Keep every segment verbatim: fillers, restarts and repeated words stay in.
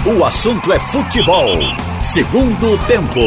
O assunto é futebol. Segundo tempo.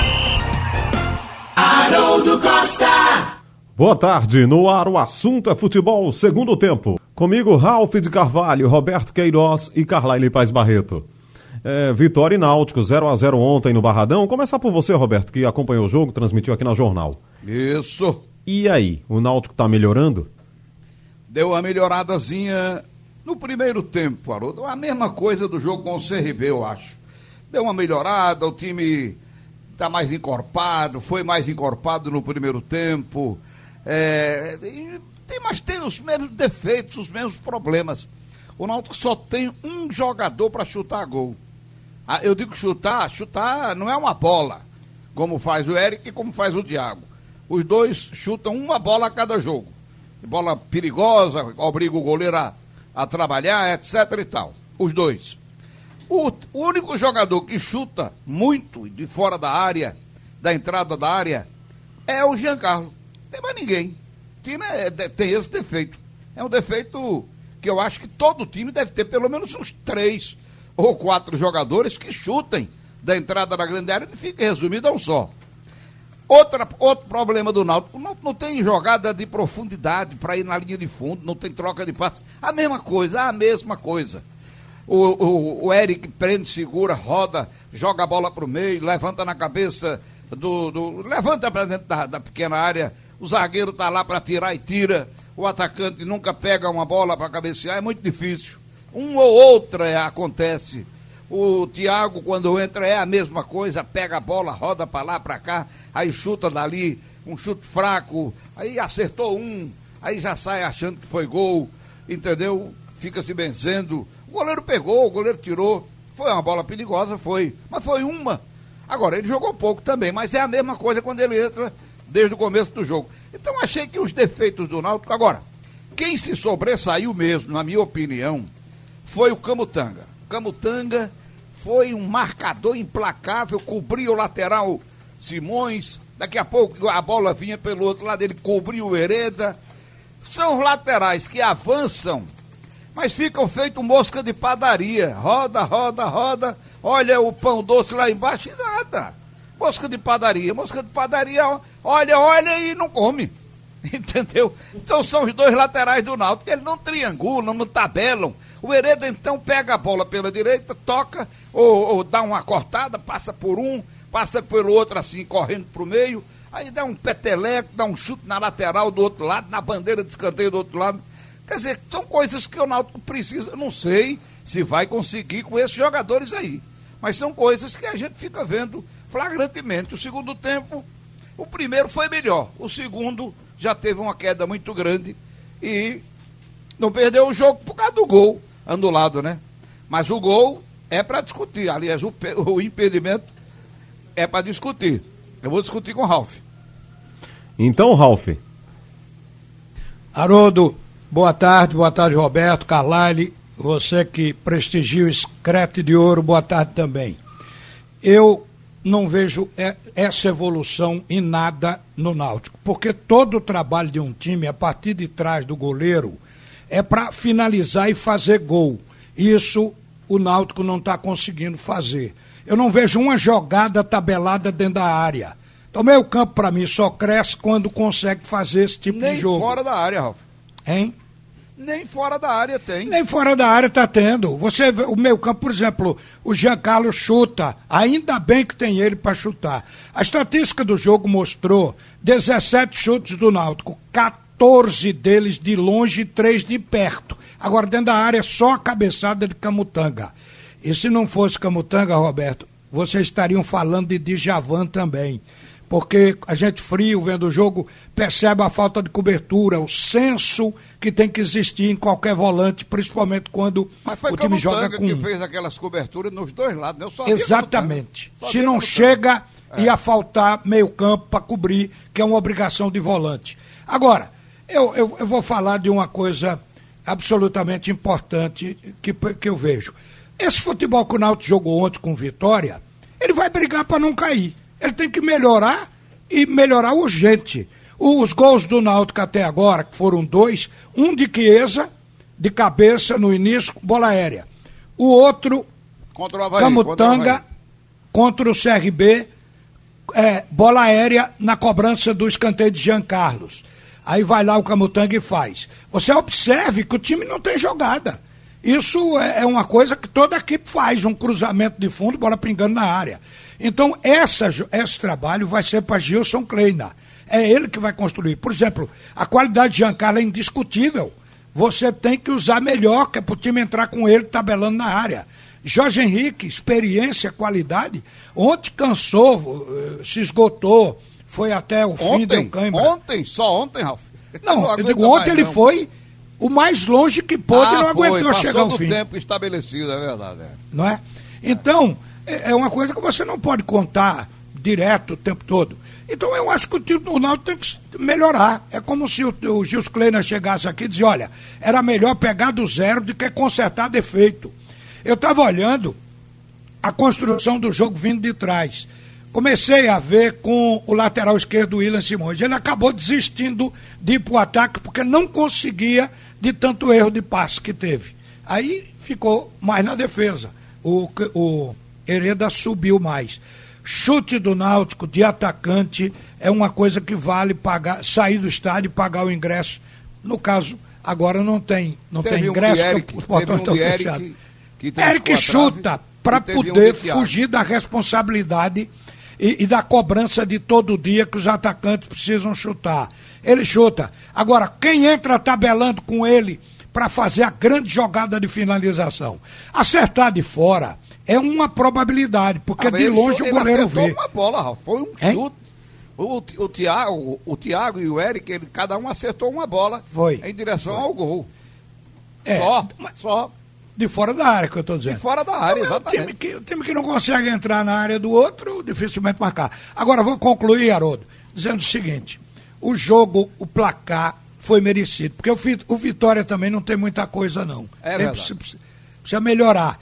Haroldo Costa. Boa tarde, no ar o assunto é futebol, segundo tempo. Comigo, Ralf de Carvalho, Roberto Queiroz e Carlaile Paz Barreto. É, Vitória e Náutico, zero a zero ontem no Barradão. Começar por você, Roberto, que acompanhou o jogo, transmitiu aqui na Jornal. Isso. E aí, o Náutico tá melhorando? Deu uma melhoradazinha no primeiro tempo, Haroldo. A mesma coisa do jogo com o C R B, eu acho. Deu uma melhorada, o time tá mais encorpado, foi mais encorpado no primeiro tempo. É, tem, mas tem os mesmos defeitos, os mesmos problemas. O Náutico só tem um jogador para chutar gol. Ah, eu digo chutar, chutar não é uma bola, como faz o Eric e como faz o Thiago. Os dois chutam uma bola a cada jogo. Bola perigosa, obriga o goleiro a, a trabalhar, etc e tal. Os dois. O, o único jogador que chuta muito de fora da área, da entrada da área, é o Giancarlo. Não tem mais ninguém. O time é, tem esse defeito. É um defeito que eu acho que todo time deve ter pelo menos uns três ou quatro jogadores que chutem da entrada da grande área e fica resumido a um só. Outra, outro problema do Náutico, não, não tem jogada de profundidade para ir na linha de fundo, não tem troca de passe. A mesma coisa, a mesma coisa. O, o, o Eric prende, segura, roda, joga a bola para o meio, levanta na cabeça do... do levanta para dentro da, da pequena área, o zagueiro está lá para tirar e tira, o atacante nunca pega uma bola para cabecear, é muito difícil. Um ou outra é, acontece. O Thiago, quando entra, é a mesma coisa, pega a bola, roda para lá, para cá, aí chuta dali, um chute fraco, aí acertou um, aí já sai achando que foi gol, entendeu? Fica se benzendo. O goleiro pegou, o goleiro tirou, foi uma bola perigosa, foi, mas foi uma. Agora, ele jogou pouco também, mas é a mesma coisa quando ele entra desde o começo do jogo. Então, achei que os defeitos do Náutico... Agora, quem se sobressaiu mesmo, na minha opinião, foi o Camutanga. O Camutanga foi um marcador implacável, cobriu o lateral Simões, daqui a pouco a bola vinha pelo outro lado, ele cobriu o Hereda. São os laterais que avançam, mas ficam feito mosca de padaria, roda, roda, roda, olha o pão doce lá embaixo e nada. Mosca de padaria, mosca de padaria, olha, olha e não come, entendeu? Então são os dois laterais do Náutico, eles não triangulam, não tabelam. O Hereda então pega a bola pela direita, toca, ou, ou dá uma cortada, passa por um, passa pelo outro assim, correndo pro meio, aí dá um peteleco, dá um chute na lateral do outro lado, na bandeira de escanteio do outro lado. Quer dizer, são coisas que o Náutico precisa, não sei se vai conseguir com esses jogadores aí, mas são coisas que a gente fica vendo flagrantemente. O segundo tempo, o primeiro foi melhor, o segundo já teve uma queda muito grande e não perdeu o jogo por causa do gol anulado, né? Mas o gol é para discutir, aliás, o, o impedimento é para discutir. Eu vou discutir com o Ralf. Então, Ralf. Haroldo, boa tarde, boa tarde, Roberto, Carlaile, você que prestigia o Screte de Ouro, boa tarde também. Eu não vejo essa evolução em nada no Náutico, porque todo o trabalho de um time, a partir de trás do goleiro, é para finalizar e fazer gol. Isso o Náutico não está conseguindo fazer. Eu não vejo uma jogada tabelada dentro da área. Então, meio campo, para mim, só cresce quando consegue fazer esse tipo Nem de jogo. Nem fora da área, Ralf. Hein? Nem fora da área tem. Nem fora da área está tendo. Você vê, o meio campo, por exemplo, o Giancarlo chuta. Ainda bem que tem ele para chutar. A estatística do jogo mostrou dezessete chutes do Náutico, quatorze deles de longe e três de perto. Agora, dentro da área, só a cabeçada de Camutanga. E se não fosse Camutanga, Roberto, vocês estariam falando de Djavan também. Porque a gente frio, vendo o jogo, percebe a falta de cobertura, o senso que tem que existir em qualquer volante, principalmente quando o time joga com... que fez aquelas coberturas nos dois lados, né? Eu só Exatamente. Se não chega, é. ia faltar meio campo para cobrir, que é uma obrigação de volante. Agora, eu, eu, eu vou falar de uma coisa absolutamente importante que, que eu vejo. Esse futebol que o Náutico jogou ontem com Vitória, ele vai brigar para não cair. Ele tem que melhorar e melhorar urgente. Os gols do Náutico até agora, que foram dois, um de Chiesa, de cabeça no início, bola aérea. O outro Contra o Avaí, Camutanga contra o Avaí. Contra o C R B, é, bola aérea na cobrança do escanteio de Jean Carlos. Aí vai lá o Camutanga e faz. Você observe que o time não tem jogada. Isso é, é uma coisa que toda equipe faz, um cruzamento de fundo, bola pingando na área. Então, essa, esse trabalho vai ser para Gilson Kleina. É ele que vai construir. Por exemplo, a qualidade de Jean Carlos é indiscutível. Você tem que usar melhor, que é para o time entrar com ele tabelando na área. Jorge Henrique, experiência, qualidade, ontem cansou, se esgotou, foi até o fim, deu cãibra. Ontem, só ontem, Ralf? Não, não eu digo, ontem mais, ele não. foi o mais longe que pôde ah, e não foi, aguentou chegar ao do fim. tempo estabelecido, é verdade. É. Não é? Então, é, é uma coisa que você não pode contar direto o tempo todo. Então eu acho que o time do Náutico tem que melhorar. É como se o, o Gilson Kleina chegasse aqui e dizia, olha, era melhor pegar do zero do que consertar defeito. Eu estava olhando a construção do jogo vindo de trás. Comecei a ver com o lateral esquerdo, o William Simões. Ele acabou desistindo de ir para o ataque porque não conseguia de tanto erro de passe que teve. Aí ficou mais na defesa. O, o Hereda subiu mais. Chute do Náutico de atacante é uma coisa que vale pagar, sair do estádio e pagar o ingresso. No caso, agora não tem, não tem ingresso, um Eric, os portões estão fechados. Eric chuta para poder um fugir da responsabilidade e, e da cobrança de todo dia que os atacantes precisam chutar. Ele chuta. Agora, quem entra tabelando com ele para fazer a grande jogada de finalização? Acertar de fora é uma probabilidade, porque ah, de longe o goleiro vê. Uma bola, Ralf, foi um hein? chute. O, o, Thiago, o Thiago e o Eric, ele, cada um acertou uma bola foi. em direção foi. ao gol. É, só, só. De fora da área, que eu estou dizendo. De fora da área, então, exatamente. É o, time que, o time que não consegue entrar na área do outro, dificilmente marcar. Agora, vou concluir, Haroldo, dizendo o seguinte: o jogo, o placar foi merecido, porque o, o Vitória também não tem muita coisa, não. É tem, verdade. Precisa, precisa melhorar.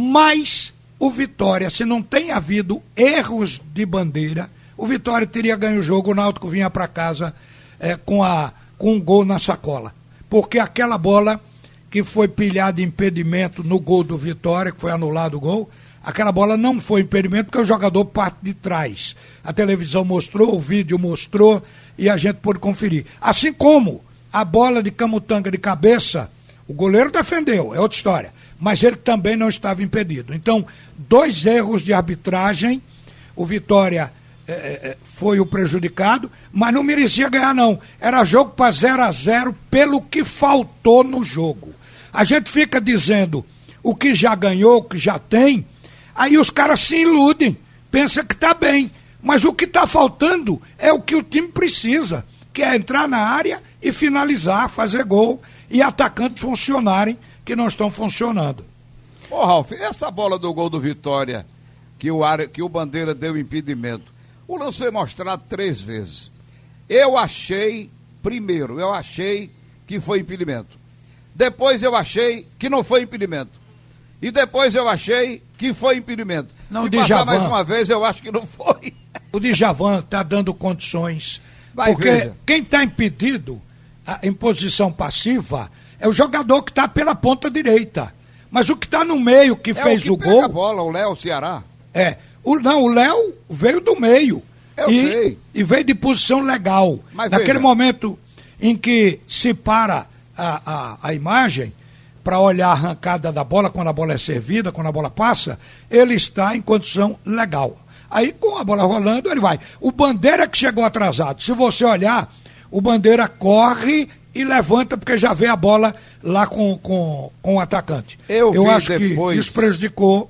Mas o Vitória, se não tem havido erros de bandeira, o Vitória teria ganho o jogo, o Náutico vinha para casa é, com, a, com um gol na sacola. Porque aquela bola que foi pilhada de impedimento no gol do Vitória, que foi anulado o gol, aquela bola não foi impedimento porque o jogador parte de trás. A televisão mostrou, o vídeo mostrou e a gente pôde conferir. Assim como a bola de Camutanga de cabeça, o goleiro defendeu, é outra história, mas ele também não estava impedido. Então, dois erros de arbitragem, o Vitória é, é, foi o prejudicado, mas não merecia ganhar não. Era jogo para zero a zero pelo que faltou no jogo. A gente fica dizendo o que já ganhou, o que já tem, aí os caras se iludem, pensam que está bem, mas o que está faltando é o que o time precisa, que é entrar na área e finalizar, fazer gol e atacantes funcionarem, que não estão funcionando. Ô Ralf, essa bola do gol do Vitória, que o, área, que o Bandeira deu impedimento, o lance foi mostrado três vezes. Eu achei, primeiro, eu achei que foi impedimento. Depois eu achei que não foi impedimento. E depois eu achei que foi impedimento. Não, Se o passar Djavan, mais uma vez, eu acho que não foi. O Djavan está dando condições. Vai, porque veja. Quem está impedido a, em posição passiva é o jogador que está pela ponta direita. Mas o que está no meio, que é fez o, que o gol... a bola, o Léo Ceará. É. O, não, o Léo veio do meio. Eu e, sei. E veio de posição legal. Mas Naquele veja. momento em que se para a, a, a imagem para olhar a arrancada da bola, quando a bola é servida, quando a bola passa, ele está em condição legal. Aí, com a bola rolando, ele vai. O Bandeira que chegou atrasado. Se você olhar, o Bandeira corre e levanta porque já vê a bola lá com, com, com o atacante. Eu, Eu vi acho depois, que isso prejudicou,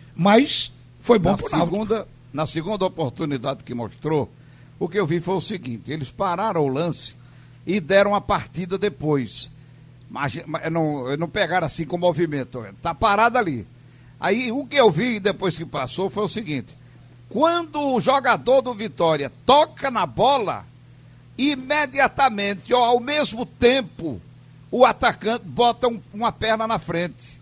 mas foi bom para o Náutico. segunda, na segunda oportunidade que mostrou, o que eu vi foi o seguinte: eles pararam o lance e deram a partida depois. Mas, mas não, não pegaram assim com movimento. Tá parado ali. Aí o que eu vi depois que passou foi o seguinte: quando o jogador do Vitória toca na bola, imediatamente, ó, ao mesmo tempo, o atacante bota um, uma perna na frente.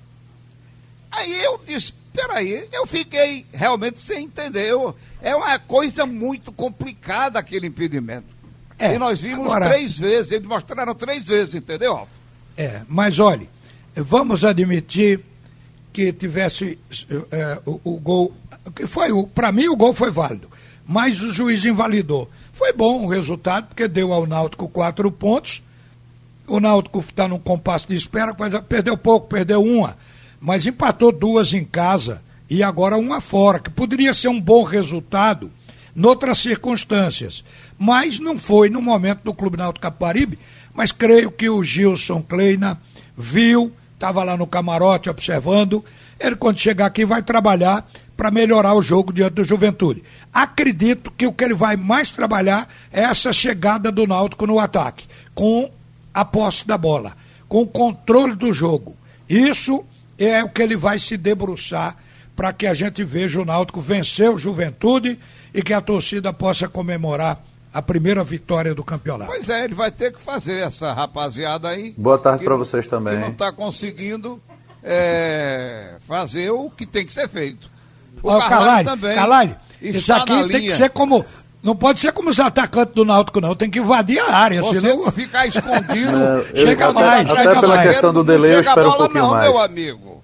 Aí eu disse, peraí, eu fiquei realmente sem entender. Eu, é uma coisa muito complicada aquele impedimento. É, e nós vimos agora, três vezes, eles mostraram três vezes, entendeu, Alfa? É, mas olha, vamos admitir que tivesse é, o, o gol, que foi, para mim o gol foi válido, mas o juiz invalidou. Foi bom o resultado, porque deu ao Náutico quatro pontos, o Náutico está num compasso de espera, perdeu pouco, perdeu uma, mas empatou duas em casa e agora uma fora, que poderia ser um bom resultado noutras circunstâncias, mas não foi no momento do Clube Náutico Capibaribe, mas creio que o Gilson Kleina viu, estava lá no camarote observando, ele quando chegar aqui vai trabalhar para melhorar o jogo diante do Juventude. Acredito que o que ele vai mais trabalhar é essa chegada do Náutico no ataque, com a posse da bola, com o controle do jogo. Isso é o que ele vai se debruçar para que a gente veja o Náutico vencer o Juventude e que a torcida possa comemorar a primeira vitória do campeonato. Pois é, ele vai ter que fazer essa rapaziada aí. Boa tarde para vocês também. Que não está conseguindo é, fazer o que tem que ser feito. O Ó, Carlalho, também. Carlalho, isso aqui tem linha. que ser como... Não pode ser como os atacantes do Náutico, não. Tem que invadir a área. Você senão... ficar escondido. Não, chega eu, mais, até, chega até pela mais. questão do delay, eu espero um pouquinho não, mais. Meu amigo.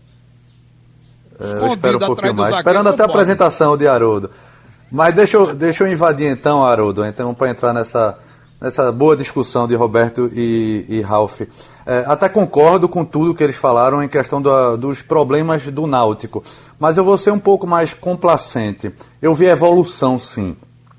Eu espero um pouquinho mais. Zagueiro, Esperando até a pode. apresentação de Haroldo. Mas deixa eu, deixa eu invadir então, Haroldo, então, para entrar nessa, nessa boa discussão de Roberto e, e Ralf. É, até concordo com tudo que eles falaram em questão do, dos problemas do Náutico, mas eu vou ser um pouco mais complacente. Eu vi a evolução, sim.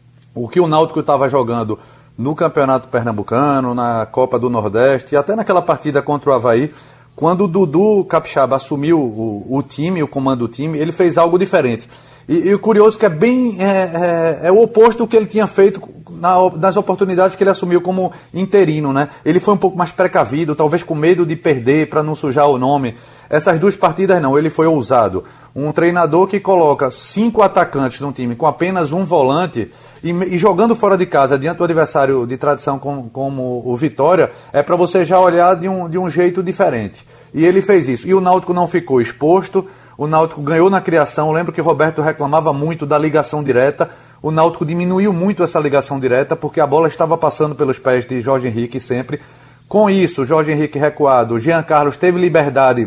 O que o Náutico estava jogando no Campeonato Pernambucano, na Copa do Nordeste e até naquela partida contra o Avaí, quando o Dudu Capixaba assumiu o, o time, o comando do time, ele fez algo diferente. E, e o curioso é que é bem é, é, é o oposto do que ele tinha feito na, nas oportunidades que ele assumiu como interino, né? Ele foi um pouco mais precavido, talvez com medo de perder para não sujar o nome. Essas duas partidas não, ele foi ousado. Um treinador que coloca cinco atacantes num time com apenas um volante e, e jogando fora de casa diante do adversário de tradição como, como o Vitória, é para você já olhar de um, de um jeito diferente. E ele fez isso. E o Náutico não ficou exposto. O Náutico ganhou na criação. Eu lembro que o Roberto reclamava muito da ligação direta. O Náutico diminuiu muito essa ligação direta porque a bola estava passando pelos pés de Jorge Henrique sempre. Com isso, Jorge Henrique recuado, Jean Carlos teve liberdade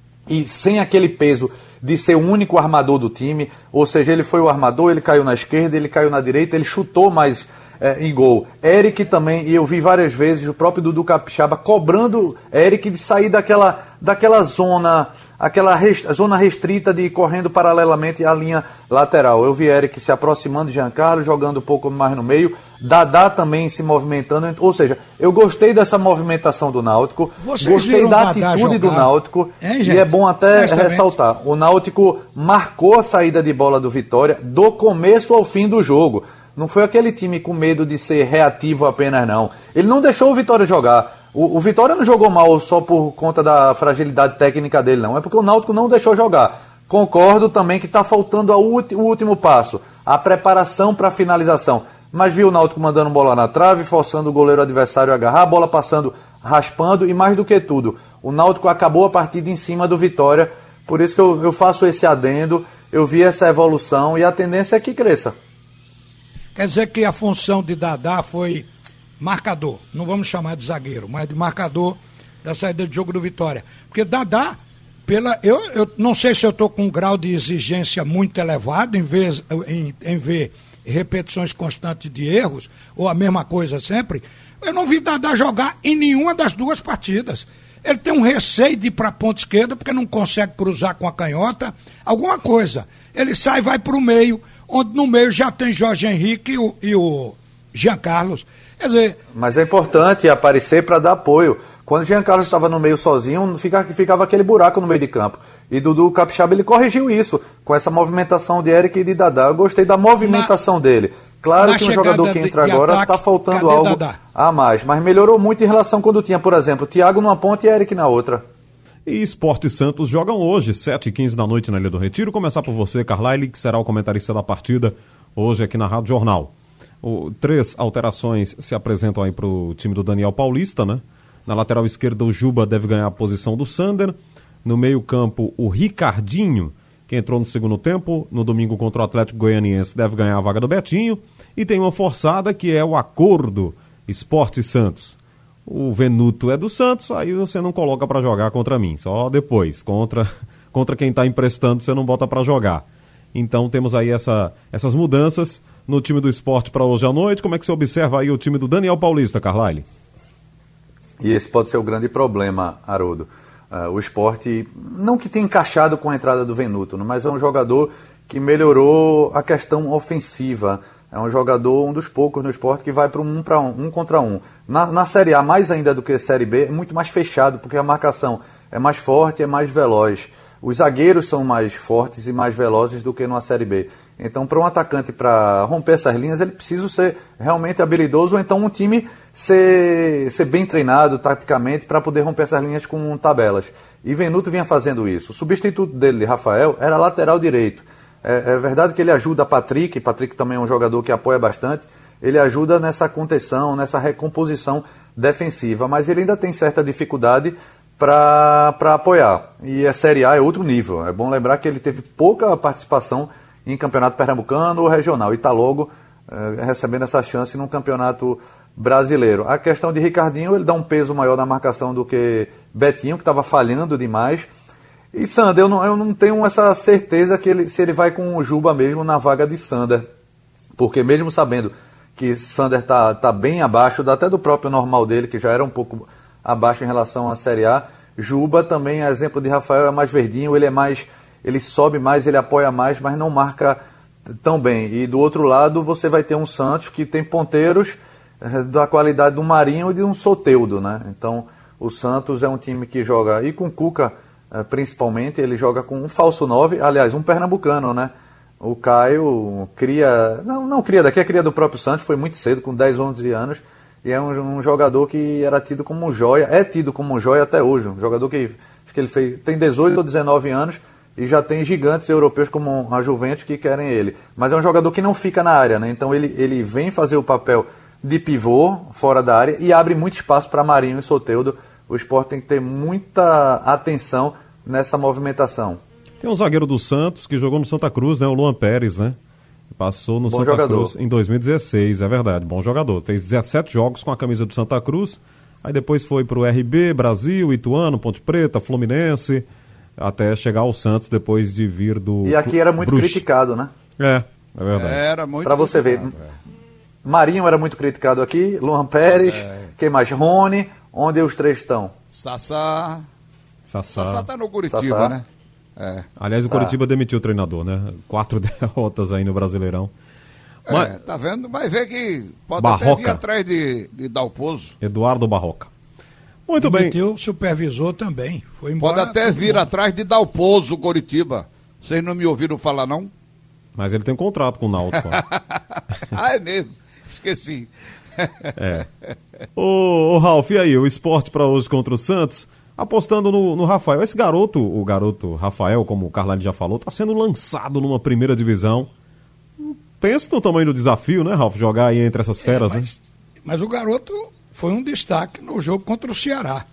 e sem aquele peso de ser o único armador do time. Ou seja, ele foi o armador, ele caiu na esquerda, ele caiu na direita, ele chutou mais é, em gol. Eric também, e eu vi várias vezes o próprio Dudu Capixaba cobrando Eric de sair daquela, daquela zona, aquela rest, zona restrita de ir correndo paralelamente à linha lateral. Eu vi Eric se aproximando de Jean Carlos, jogando um pouco mais no meio, Dadá também se movimentando, ou seja, eu gostei dessa movimentação do Náutico, Vocês gostei da Dadá atitude jogar? do Náutico, Hein, e é bom até Honestamente. ressaltar, o Náutico marcou a saída de bola do Vitória do começo ao fim do jogo. Não foi aquele time com medo de ser reativo apenas, não. Ele não deixou o Vitória jogar. O, o Vitória não jogou mal só por conta da fragilidade técnica dele, não. É porque o Náutico não deixou jogar. Concordo também que está faltando a ulti, o último passo, a preparação para a finalização. Mas viu o Náutico mandando bola na trave, forçando o goleiro adversário a agarrar, a bola passando, raspando e mais do que tudo. O Náutico acabou a partida em cima do Vitória. Por isso que eu, eu faço esse adendo, eu vi essa evolução e a tendência é que cresça. Quer dizer que a função de Dadá foi marcador, não vamos chamar de zagueiro, mas de marcador da saída de jogo do Vitória. Porque Dadá, pela, eu, eu não sei se eu estou com um grau de exigência muito elevado em ver, em, em ver repetições constantes de erros, ou a mesma coisa sempre. Eu não vi Dadá jogar em nenhuma das duas partidas. Ele tem um receio de ir para a ponta esquerda porque não consegue cruzar com a canhota, alguma coisa. Ele sai e vai para o meio, onde no meio já tem Jorge Henrique e o, e o Jean Carlos. Quer dizer... Mas é importante aparecer para dar apoio. Quando o Jean Carlos estava no meio sozinho, ficava, ficava aquele buraco no meio de campo. E Dudu Capixaba, ele corrigiu isso, com essa movimentação de Eric e de Dadá. Eu gostei da movimentação na, dele. Claro que um jogador que entra de, agora está faltando algo Dadá? a mais, mas melhorou muito em relação quando tinha, por exemplo, Thiago numa ponta e Eric na outra. E Sport e Santos jogam hoje, sete e quinze da noite na Ilha do Retiro. Começar por você, Carlyle, que será o comentarista da partida hoje aqui na Rádio Jornal. O, três alterações se apresentam aí para o time do Daniel Paulista, né? Na lateral esquerda, o Juba deve ganhar a posição do Sander. No meio-campo, o Ricardinho, que entrou no segundo tempo, no domingo contra o Atlético Goianiense, deve ganhar a vaga do Betinho. E tem uma forçada que é o acordo Sport e Santos. O Venuto é do Santos, aí você não coloca para jogar contra mim, só depois, contra contra quem está emprestando você não bota para jogar. Então temos aí essa, essas mudanças no time do Sport para hoje à noite. Como é que você observa aí o time do Daniel Paulista, Carlyle? E esse pode ser o grande problema, Haroldo. Uh, o Sport, não que tenha encaixado com a entrada do Venuto, mas é um jogador que melhorou a questão ofensiva. É um jogador, um dos poucos no Sport, que vai para um, um para um, um contra um. Na, na Série A, mais ainda do que a Série B, é muito mais fechado, porque a marcação é mais forte, é mais veloz. Os zagueiros são mais fortes e mais velozes do que numa Série B. Então, para um atacante, para romper essas linhas, ele precisa ser realmente habilidoso, ou então um time ser, ser bem treinado taticamente para poder romper essas linhas com tabelas. E Venuto vinha fazendo isso. O substituto dele, Rafael, era lateral direito. É, é verdade que ele ajuda Patrick, Patrick também é um jogador que apoia bastante, ele ajuda nessa contenção, nessa recomposição defensiva, mas ele ainda tem certa dificuldade para apoiar. E a Série A é outro nível. É bom lembrar que ele teve pouca participação em campeonato pernambucano ou regional, e está logo eh, recebendo essa chance num campeonato brasileiro. A questão de Ricardinho, ele dá um peso maior na marcação do que Betinho, que estava falhando demais. E Sander, eu não, eu não tenho essa certeza que ele, se ele vai com o Juba mesmo na vaga de Sander, porque mesmo sabendo que Sander está tá bem abaixo, até do próprio normal dele, que já era um pouco abaixo em relação à Série A, Juba também, a exemplo de Rafael, é mais verdinho, ele é mais, ele sobe mais, ele apoia mais, mas não marca tão bem. E do outro lado você vai ter um Santos que tem ponteiros eh, da qualidade do Marinho e de um Soteldo, né? Então o Santos é um time que joga, e com o Cuca eh, principalmente, ele joga com um falso nove, aliás, um pernambucano, né? O Caio cria, não, não cria daqui, é cria do próprio Santos, foi muito cedo, com dez, onze anos, e é um, um jogador que era tido como um joia, é tido como um joia até hoje, um jogador que, acho que ele fez, tem dezoito ou dezenove anos e já tem gigantes europeus como a Juventus que querem ele. Mas é um jogador que não fica na área, né? Então ele, ele vem fazer o papel de pivô fora da área e abre muito espaço para Marinho e Soteldo. O Sport tem que ter muita atenção nessa movimentação. Tem um zagueiro do Santos que jogou no Santa Cruz, né? O Luan Pérez, né? Passou no Bom Santa jogador. Cruz em dois mil e dezesseis, é verdade, bom jogador. Fez dezessete jogos com a camisa do Santa Cruz, aí depois foi pro R B, Brasil, Ituano, Ponte Preta, Fluminense, até chegar ao Santos depois de vir do... E aqui era muito Bruxo. criticado, né? É, é verdade. Era muito Para você ver, é. Marinho era muito criticado aqui, Luan Pérez, É. quem mais? Rony, onde os três estão? Sassá. Sassá. Sassá tá no Curitiba, Sassá. né? É. Aliás, o Tá. Coritiba demitiu o treinador, né? Quatro derrotas aí no Brasileirão. É, Mas- tá vendo? Vai ver que pode Barroca. até vir atrás de, de Dalpozo. Eduardo Barroca. Muito bem. Demitiu o supervisor também. Foi embora. Pode até todo vir mundo. atrás de Dalpozo, Curitiba. Vocês não me ouviram falar, não? Mas ele tem um contrato com o Náutico. ó. Ah, é mesmo. Esqueci. É. Ô, ô Ralf, e aí? O Sport para hoje contra o Santos, apostando no, no Rafael. Esse garoto, o garoto Rafael, como o Carlyle já falou, está sendo lançado numa primeira divisão. Pensa no tamanho do desafio, né, Ralf? Jogar aí entre essas feras, É, né? mas, mas o garoto foi um destaque no jogo contra o Ceará.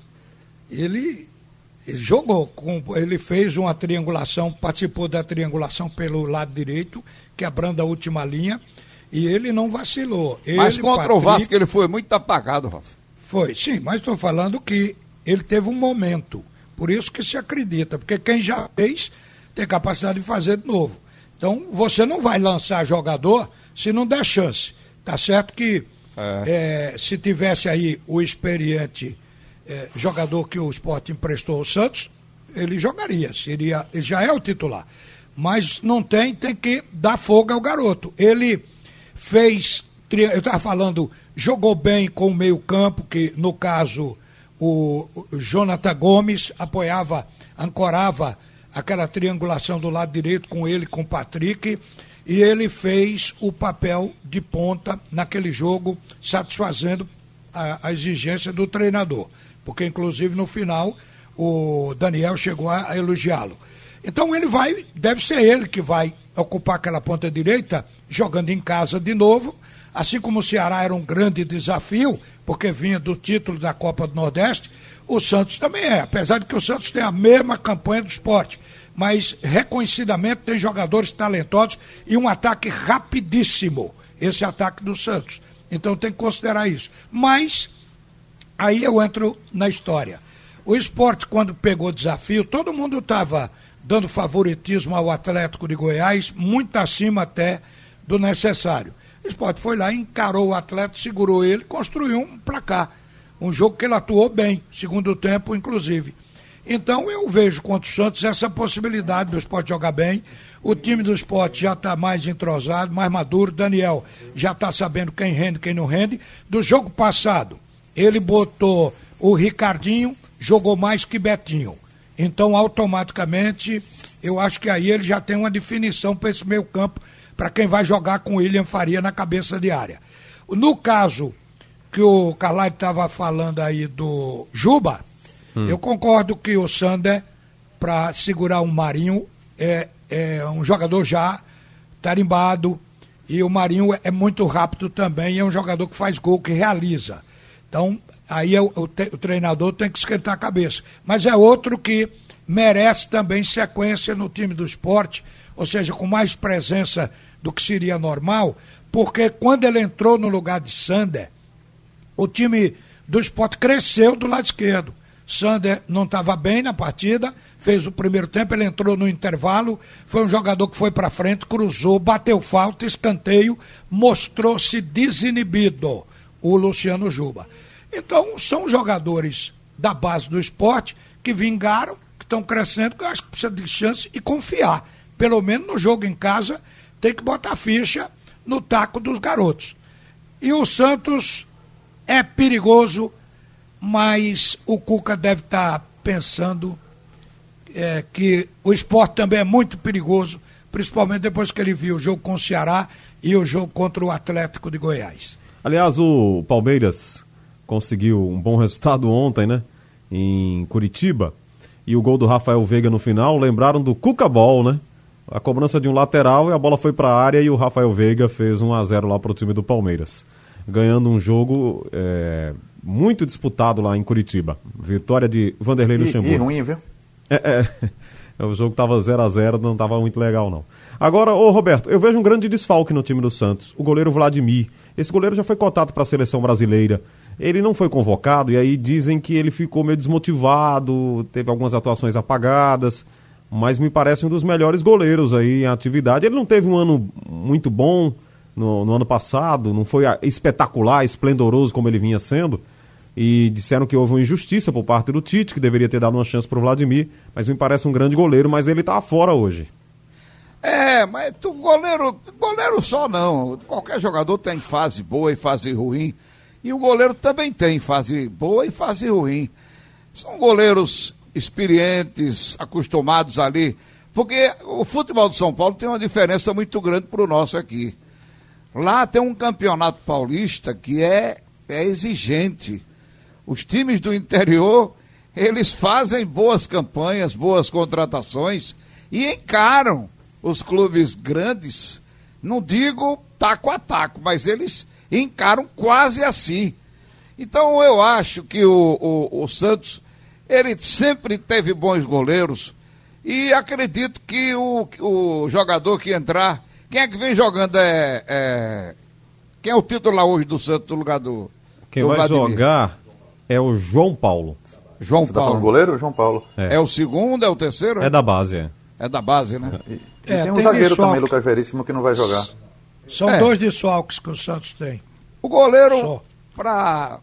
Ele, ele jogou, com, ele fez uma triangulação, participou da triangulação pelo lado direito, quebrando a última linha, e ele não vacilou. Ele, Mas contra o Patrick, Vasco ele foi muito apagado, Rafa. Foi, sim, mas estou falando que ele teve um momento. Por isso que se acredita, porque quem já fez tem capacidade de fazer de novo. Então, você não vai lançar jogador se não der chance. Tá certo que É. eh, se tivesse aí o experiente eh, jogador que o Sport emprestou ao Santos, ele jogaria, seria, ele já é o titular. Mas não tem, tem que dar fogo ao garoto. Ele fez, tri- eu estava falando, jogou bem com o meio campo, que no caso o, o Jonathan Gomes apoiava, ancorava aquela triangulação do lado direito com ele, com o Patrick, e ele fez o papel de ponta naquele jogo, satisfazendo a, a exigência do treinador, porque inclusive no final o Daniel chegou a, a elogiá-lo. Então ele vai, deve ser ele que vai ocupar aquela ponta direita, jogando em casa de novo, assim como o Ceará era um grande desafio, porque vinha do título da Copa do Nordeste, o Santos também é, apesar de que o Santos tem a mesma campanha do Sport, mas reconhecidamente tem jogadores talentosos e um ataque rapidíssimo, esse ataque do Santos. Então tem que considerar isso. Mas, aí eu entro na história. O Sport, quando pegou o desafio, todo mundo estava dando favoritismo ao Atlético de Goiás, muito acima até do necessário. O Sport foi lá, encarou o Atlético, segurou ele, construiu um placar. Um jogo que ele atuou bem, segundo tempo, inclusive. Então eu vejo contra o Santos essa possibilidade do Sport jogar bem. O time do Sport já está mais entrosado, mais maduro. Daniel já está sabendo quem rende, quem não rende. Do jogo passado, ele botou o Ricardinho, jogou mais que Betinho. Então, automaticamente, eu acho que aí ele já tem uma definição para esse meio campo, para quem vai jogar com o William Faria na cabeça de área. No caso que o Carlyle estava falando aí do Juba, hum. eu concordo que o Sander, para segurar um Marinho, é, é um jogador já tarimbado, e o Marinho é muito rápido também, é um jogador que faz gol, que realiza. Então, aí é o, o, te, o treinador tem que esquentar a cabeça. Mas é outro que merece também sequência no time do Sport, ou seja, com mais presença do que seria normal, porque quando ele entrou no lugar de Sander, o time do Sport cresceu do lado esquerdo. Sander não estava bem na partida, fez o primeiro tempo, ele entrou no intervalo, foi um jogador que foi para frente, cruzou, bateu falta, escanteio, mostrou-se desinibido, o Luciano Juba. Então, são jogadores da base do Sport que vingaram, que estão crescendo, que eu acho que precisa de chance e confiar. Pelo menos no jogo em casa, tem que botar ficha no taco dos garotos. E o Santos é perigoso, mas o Cuca deve estar pensando é, que o Sport também é muito perigoso, principalmente depois que ele viu o jogo com o Ceará e o jogo contra o Atlético de Goiás. Aliás, o Palmeiras conseguiu um bom resultado ontem, né? Em Curitiba. E o gol do Rafael Veiga no final, lembraram do Cuca Ball, né? A cobrança de um lateral e a bola foi para a área e o Rafael Veiga fez um a zero lá para o time do Palmeiras. Ganhando um jogo é, muito disputado lá em Curitiba. Vitória de Vanderlei e, Luxemburgo. E ruim, viu? É, é, o jogo estava zero a zero, não estava muito legal, não. Agora, ô Roberto, eu vejo um grande desfalque no time do Santos. O goleiro Vladimir. Esse goleiro já foi cotado para a seleção brasileira. Ele não foi convocado e aí dizem que ele ficou meio desmotivado, teve algumas atuações apagadas, mas me parece um dos melhores goleiros aí em atividade. Ele não teve um ano muito bom no, no ano passado, não foi espetacular, esplendoroso como ele vinha sendo, e disseram que houve uma injustiça por parte do Tite, que deveria ter dado uma chance para o Vladimir, mas me parece um grande goleiro, mas ele está fora hoje. É, mas tu, goleiro, goleiro só não, qualquer jogador tem fase boa e fase ruim, e o goleiro também tem fase boa e fase ruim. São goleiros experientes, acostumados ali, porque o futebol de São Paulo tem uma diferença muito grande para o nosso aqui. Lá tem um campeonato paulista que é, é exigente. Os times do interior, eles fazem boas campanhas, boas contratações e encaram os clubes grandes, não digo taco a taco, mas eles encaram quase assim. Então eu acho que o, o, o Santos, ele sempre teve bons goleiros e acredito que o, o jogador que entrar, quem é que vem jogando é, é quem é o titular hoje do Santos no lugar do Quem do vai Vladimir? Jogar é o João Paulo. João Você Paulo. tá falando goleiro, João Paulo? É. É o segundo, é o terceiro? É da base, é. É da base, né? E, e É, tem um tem zagueiro desfalque. também, Lucas Veríssimo, que não vai jogar. São É. dois desfalques que o Santos tem. O goleiro, Só. para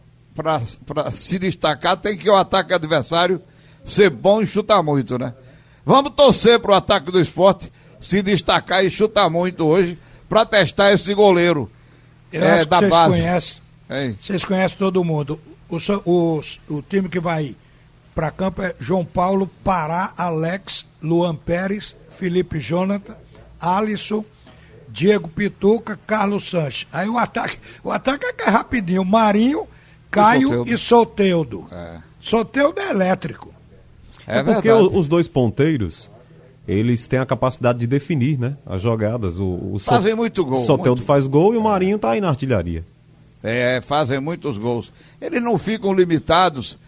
se destacar, tem que o ataque adversário ser bom e chutar muito, né? Vamos torcer para o ataque do Sport se destacar e chutar muito hoje para testar esse goleiro Eu é, acho que da vocês base. conhecem. Hein? Vocês conhecem todo mundo. O, Sa- o, o time que vai para campo é João Paulo, Pará, Alex, Luan Pérez, Felipe Jonathan, Alisson, Diego Pituca, Carlos Sanches. Aí o ataque, o ataque é rapidinho. Marinho, Caio Soteldo. e Soteldo. É. Soteldo é elétrico. É, É porque verdade. o- os dois ponteiros, eles têm a capacidade de definir, né, as jogadas. O, o So- Fazem muito gol, O Soteldo muito. faz gol e o Marinho tá aí na artilharia. É, fazem muitos gols. Eles não ficam limitados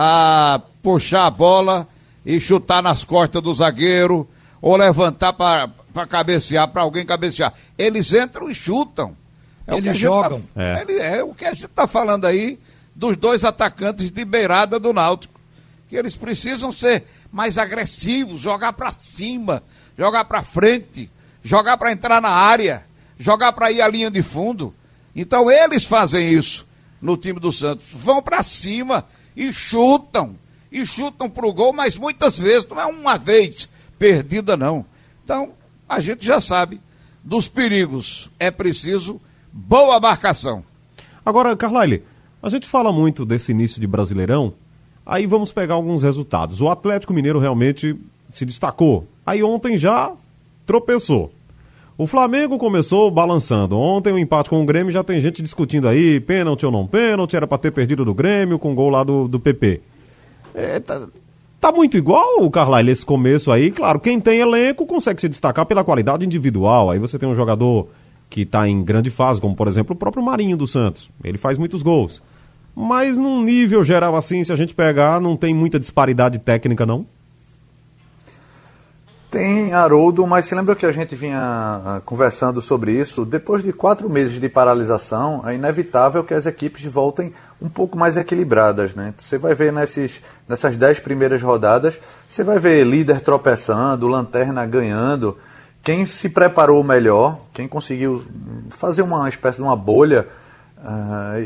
a puxar a bola e chutar nas costas do zagueiro ou levantar para cabecear, para alguém cabecear. Eles entram e chutam. É o Eles que a gente jogam. Tá, É. ele- é o que a gente está falando aí dos dois atacantes de beirada do Náutico. Que eles precisam ser mais agressivos, jogar para cima, jogar para frente, jogar para entrar na área, jogar para ir à linha de fundo. Então eles fazem isso no time do Santos. Vão para cima e chutam, e chutam pro gol, mas muitas vezes, não é uma vez perdida não. Então a gente já sabe dos perigos, é preciso boa marcação. Agora, Carlyle, a gente fala muito desse início de Brasileirão, aí vamos pegar alguns resultados. O Atlético Mineiro realmente se destacou, aí ontem já tropeçou. O Flamengo começou balançando. Ontem o empate com o Grêmio, já tem gente discutindo aí, pênalti ou não pênalti, era para ter perdido do Grêmio com o gol lá do, do P P. É, tá, tá muito igual o Carlyle esse começo aí. Claro, quem tem elenco consegue se destacar pela qualidade individual. Aí você tem um jogador que tá em grande fase, como por exemplo o próprio Marinho do Santos. Ele faz muitos gols. Mas num nível geral assim, se a gente pegar, não tem muita disparidade técnica não? Tem, Haroldo, mas se lembra que a gente vinha uh, conversando sobre isso? Depois de quatro meses de paralisação, é inevitável que as equipes voltem um pouco mais equilibradas, né? Você vai ver nesses, nessas dez primeiras rodadas, você vai ver líder tropeçando, lanterna ganhando. Quem se preparou melhor, quem conseguiu fazer uma espécie de uma bolha, uh,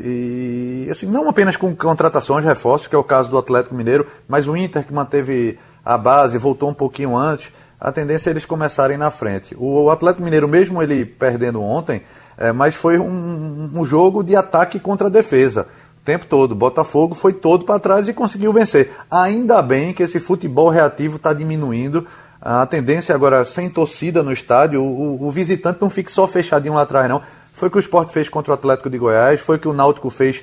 e assim, não apenas com contratações, reforços, que é o caso do Atlético Mineiro, mas o Inter que manteve a base, voltou um pouquinho antes, a tendência é eles começarem na frente. O Atlético Mineiro, mesmo ele perdendo ontem, é, mas foi um, um jogo de ataque contra a defesa, o tempo todo. O Botafogo foi todo para trás e conseguiu vencer. Ainda bem que esse futebol reativo está diminuindo. A tendência agora, sem torcida no estádio, o, o visitante não fique só fechadinho lá atrás, não. Foi o que o Sport fez contra o Atlético de Goiás, foi o que o Náutico fez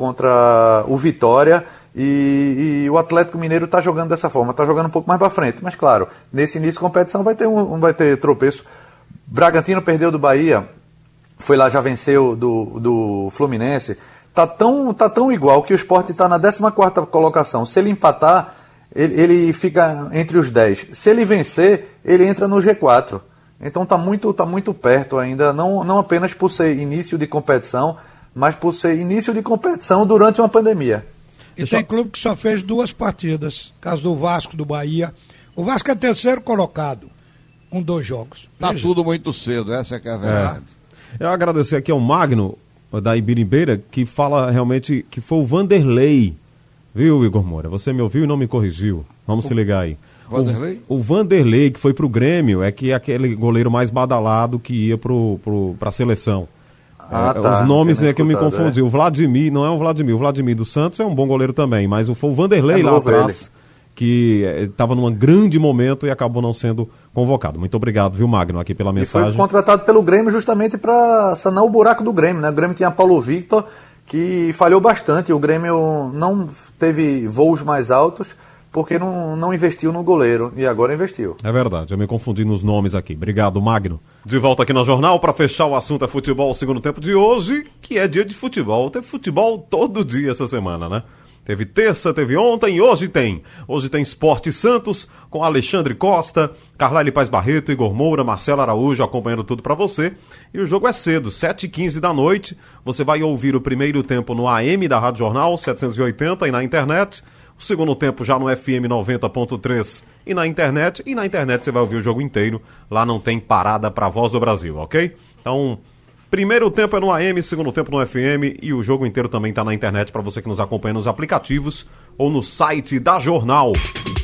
contra o Vitória. E, e o Atlético Mineiro está jogando dessa forma, está jogando um pouco mais para frente, mas claro, nesse início de competição vai ter, um, vai ter tropeço. Bragantino perdeu do Bahia, foi lá, já venceu do, do Fluminense, tá tão, tá tão igual que o Sport está na décima quarta colocação. Se ele empatar, ele, ele fica entre os dez, se ele vencer, ele entra no G quatro. Então está muito, tá muito perto ainda, não, não apenas por ser início de competição, mas por ser início de competição durante uma pandemia. E tem clube que só fez duas partidas, caso do Vasco, do Bahia. O Vasco é terceiro colocado, com dois jogos. Tá Veja. tudo muito cedo, essa é que é a verdade. É. Eu agradecer aqui ao Magno, da Ibiribeira, que fala realmente que foi o Vanderlei, viu, Igor Moura? Você me ouviu e não me corrigiu. Vamos o... se ligar aí. Vanderlei? O, o Vanderlei, que foi pro Grêmio, é que é aquele goleiro mais badalado que ia pro, pro, pra seleção. Ah, é, tá. Os nomes é que eu me confundi. É. O Vladimir, não é o Vladimir. O Vladimir do Santos é um bom goleiro também, mas foi o Vanderlei é lá atrás, ele. que estava num grande momento e acabou não sendo convocado. Muito obrigado, viu, Magno, aqui pela mensagem. E foi contratado pelo Grêmio justamente para sanar o buraco do Grêmio, né? O Grêmio tinha Paulo Victor, que falhou bastante. O Grêmio não teve voos mais altos porque não, não investiu no goleiro, e agora investiu. É verdade, eu me confundi nos nomes aqui. Obrigado, Magno. De volta aqui no Jornal para fechar o assunto é futebol, o segundo tempo de hoje, que é dia de futebol. Teve futebol todo dia essa semana, né? Teve terça, teve ontem e hoje tem. Hoje tem Sport Santos com Alexandre Costa, Carlyle Paz Barreto, Igor Moura, Marcelo Araújo acompanhando tudo para você. E o jogo é cedo, sete e quinze da noite. Você vai ouvir o primeiro tempo no A M da Rádio Jornal setecentos e oitenta e na internet. O segundo tempo já no F M noventa ponto três e na internet. E na internet você vai ouvir o jogo inteiro. Lá não tem parada para a Voz do Brasil, ok? Então, primeiro tempo é no A M, segundo tempo no F M. E o jogo inteiro também está na internet para você que nos acompanha nos aplicativos ou no site da Jornal.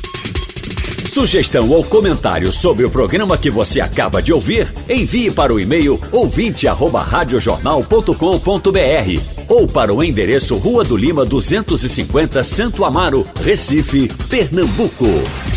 Sugestão ou comentário sobre o programa que você acaba de ouvir, envie para o e-mail ouvinte arroba radiojornal ponto com ponto br ou para o endereço Rua do Lima duzentos e cinquenta, Santo Amaro, Recife, Pernambuco.